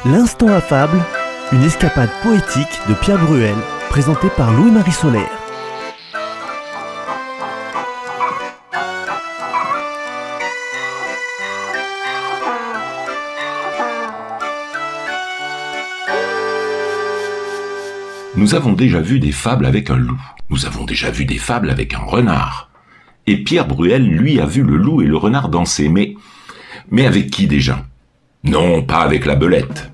L'instant affable, une escapade poétique de Pierre Bruel, présentée par Louis-Marie Solaire. Nous avons déjà vu des fables avec un loup. Nous avons déjà vu des fables avec un renard. Et Pierre Bruel, lui, a vu le loup et le renard danser. Mais avec qui déjà? Non, pas avec la belette.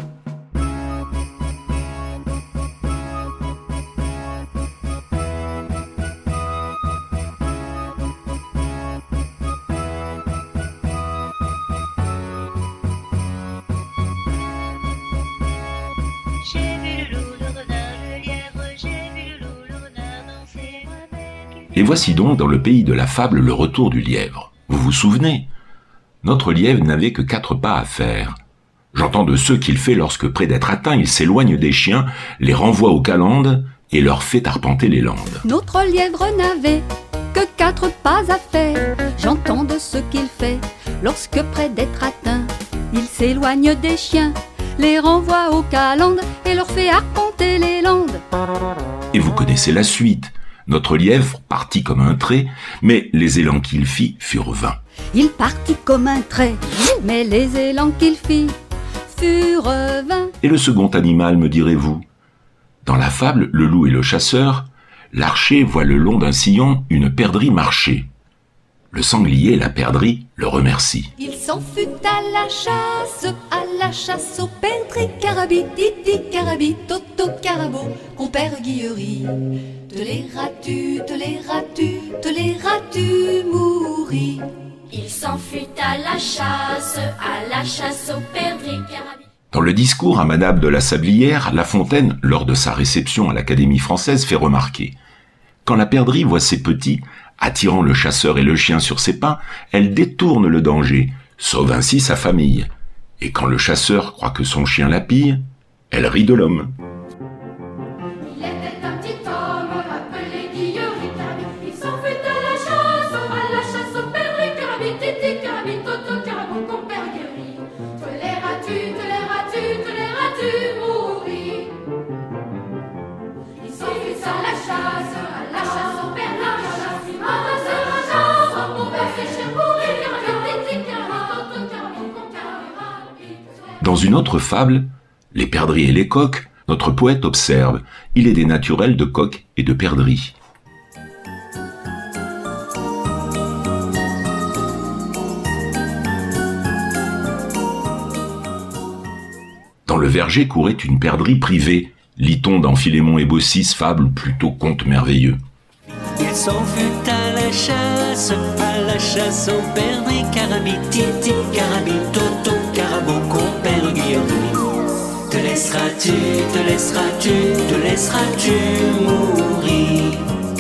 Et voici donc dans le pays de la fable le retour du lièvre. Vous vous souvenez? Notre lièvre n'avait que 4 pas à faire. J'entends de ceux qu'il fait lorsque, près d'être atteint, il s'éloigne des chiens, les renvoie aux calendes et leur fait arpenter les landes. Notre lièvre n'avait que 4 pas à faire. J'entends de ce qu'il fait lorsque, près d'être atteint, il s'éloigne des chiens, les renvoie aux calendes et leur fait arpenter les landes. Et vous connaissez la suite. Notre lièvre partit comme un trait, mais les élans qu'il fit furent vains. Il partit comme un trait, mais les élans qu'il fit furent vains. Et le second animal, me direz-vous? Dans la fable, le loup et le chasseur, l'archer voit le long d'un sillon une perdrix marcher. Le sanglier et la perdrix le remercient. Il s'en fut à la chasse au perdrix, carabi, titi, carabi, toto, carabo, compère Guillery. Te les ras-tu mourir. Il s'en fut à la chasse au perdrix, carabi. Dans le discours à Madame de la Sablière, La Fontaine, lors de sa réception à l'Académie française, fait remarquer: quand la perdrix voit ses petits attirant le chasseur et le chien sur ses pas, elle détourne le danger, sauve ainsi sa famille. Et quand le chasseur croit que son chien la pille, elle rit de l'homme. Il était un petit homme appelé Guillery, carabi. Il s'en fut à la chasse au perdrix, carabi, titi, carabi, toto, carabo, compère Guillery. Te les ras-tu mourir. Il s'en fut à la chasse au perdrix, carabi. Dans une autre fable, Les perdrix et les coqs, notre poète observe: il est des naturels de coqs et de perdrix. Dans le verger courait une perdrix privée, lit-on dans Philémon et Baucis, fable plutôt conte merveilleux. Il s'en fut à la chasse au perdrix, carabi, titi, carabi, toto, carabo, compère Guillery. Te laisseras-tu mourir.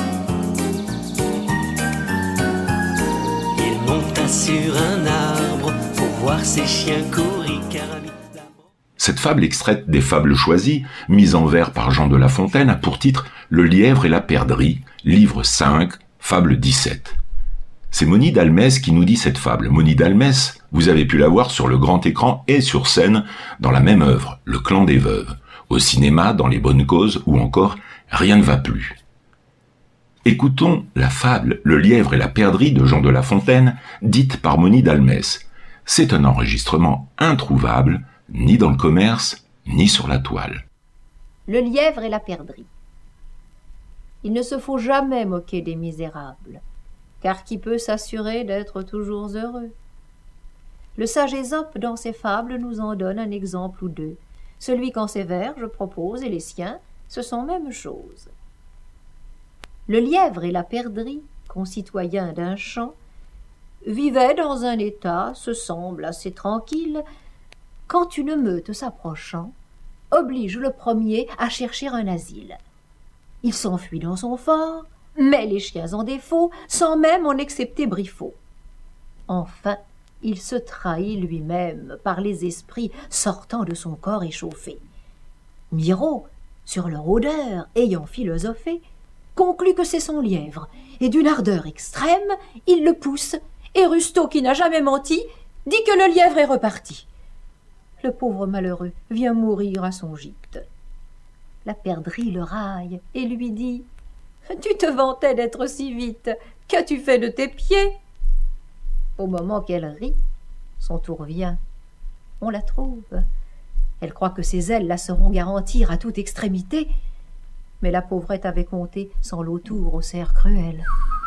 Il monta sur un arbre pour voir ses chiens courir, carabi. Cette fable extraite des Fables choisies, mise en vers par Jean de La Fontaine, a pour titre Le lièvre et la perdrix, livre 5, fable 17. C'est Moni d'Almès qui nous dit cette fable. Moni d'Almès, vous avez pu la voir sur le grand écran et sur scène dans la même œuvre, Le Clan des Veuves, au cinéma, dans Les Bonnes Causes ou encore Rien ne va plus. Écoutons la fable Le lièvre et la perdrix de Jean de La Fontaine, dite par Moni d'Almès. C'est un enregistrement introuvable, ni dans le commerce, ni sur la toile. Le lièvre et la perdrix. Il ne se faut jamais moquer des misérables, car qui peut s'assurer d'être toujours heureux? Le sage Ésope, dans ses fables, nous en donne un exemple ou deux. Celui qu'en ses vers je propose et les siens, ce sont même chose. Le lièvre et la perdrix, concitoyens d'un champ, vivaient dans un état, se semble assez tranquille, quand une meute s'approchant, oblige le premier à chercher un asile. Il s'enfuit dans son fort, met les chiens en défaut, sans même en excepter Briffaut. Enfin, il se trahit lui-même par les esprits sortant de son corps échauffé. Miraut, sur leur odeur, ayant philosophé, conclut que c'est son lièvre, et d'une ardeur extrême, il le pousse, et Rustaud, qui n'a jamais menti, dit que le lièvre est reparti. Le pauvre malheureux vient mourir à son gîte. La perdrix le raille et lui dit « Tu te vantais d'être si vite, qu'as-tu fait de tes pieds ?» Au moment qu'elle rit, son tour vient. On la trouve. Elle croit que ses ailes la seront garantir à toute extrémité, mais la pauvrette avait compté sans l'autour au cerf cruel.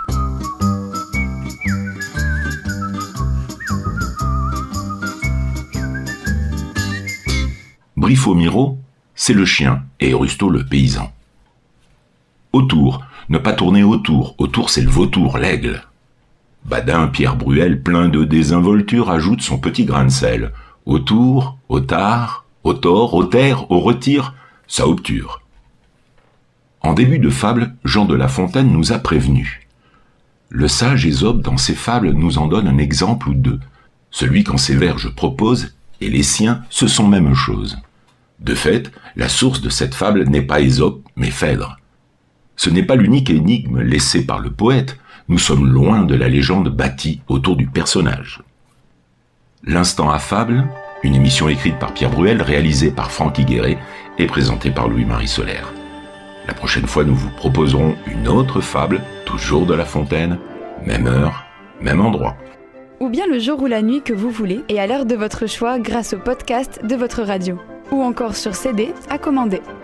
Briffaut-Miraut, c'est le chien et Rustaud le paysan. Autour, ne pas tourner autour, autour c'est le vautour, l'aigle. Badin, Pierre Bruel, plein de désinvolture, ajoute son petit grain de sel. Autour, au tard, au tort, au terre, au retire, ça obture. En début de fable, Jean de La Fontaine nous a prévenus. Le sage Ésope, dans ses fables, nous en donne un exemple ou deux. Celui qu'en ses vers je propose, et les siens, ce sont même chose. De fait, la source de cette fable n'est pas Ésope, mais Phèdre. Ce n'est pas l'unique énigme laissée par le poète, nous sommes loin de la légende bâtie autour du personnage. L'Instant à fable, une émission écrite par Pierre Bruel, réalisée par Franck Higueret et présentée par Louis-Marie Solaire. La prochaine fois, nous vous proposerons une autre fable, toujours de La Fontaine, même heure, même endroit. Ou bien le jour ou la nuit que vous voulez et à l'heure de votre choix grâce au podcast de votre radio. Ou encore sur CD à commander.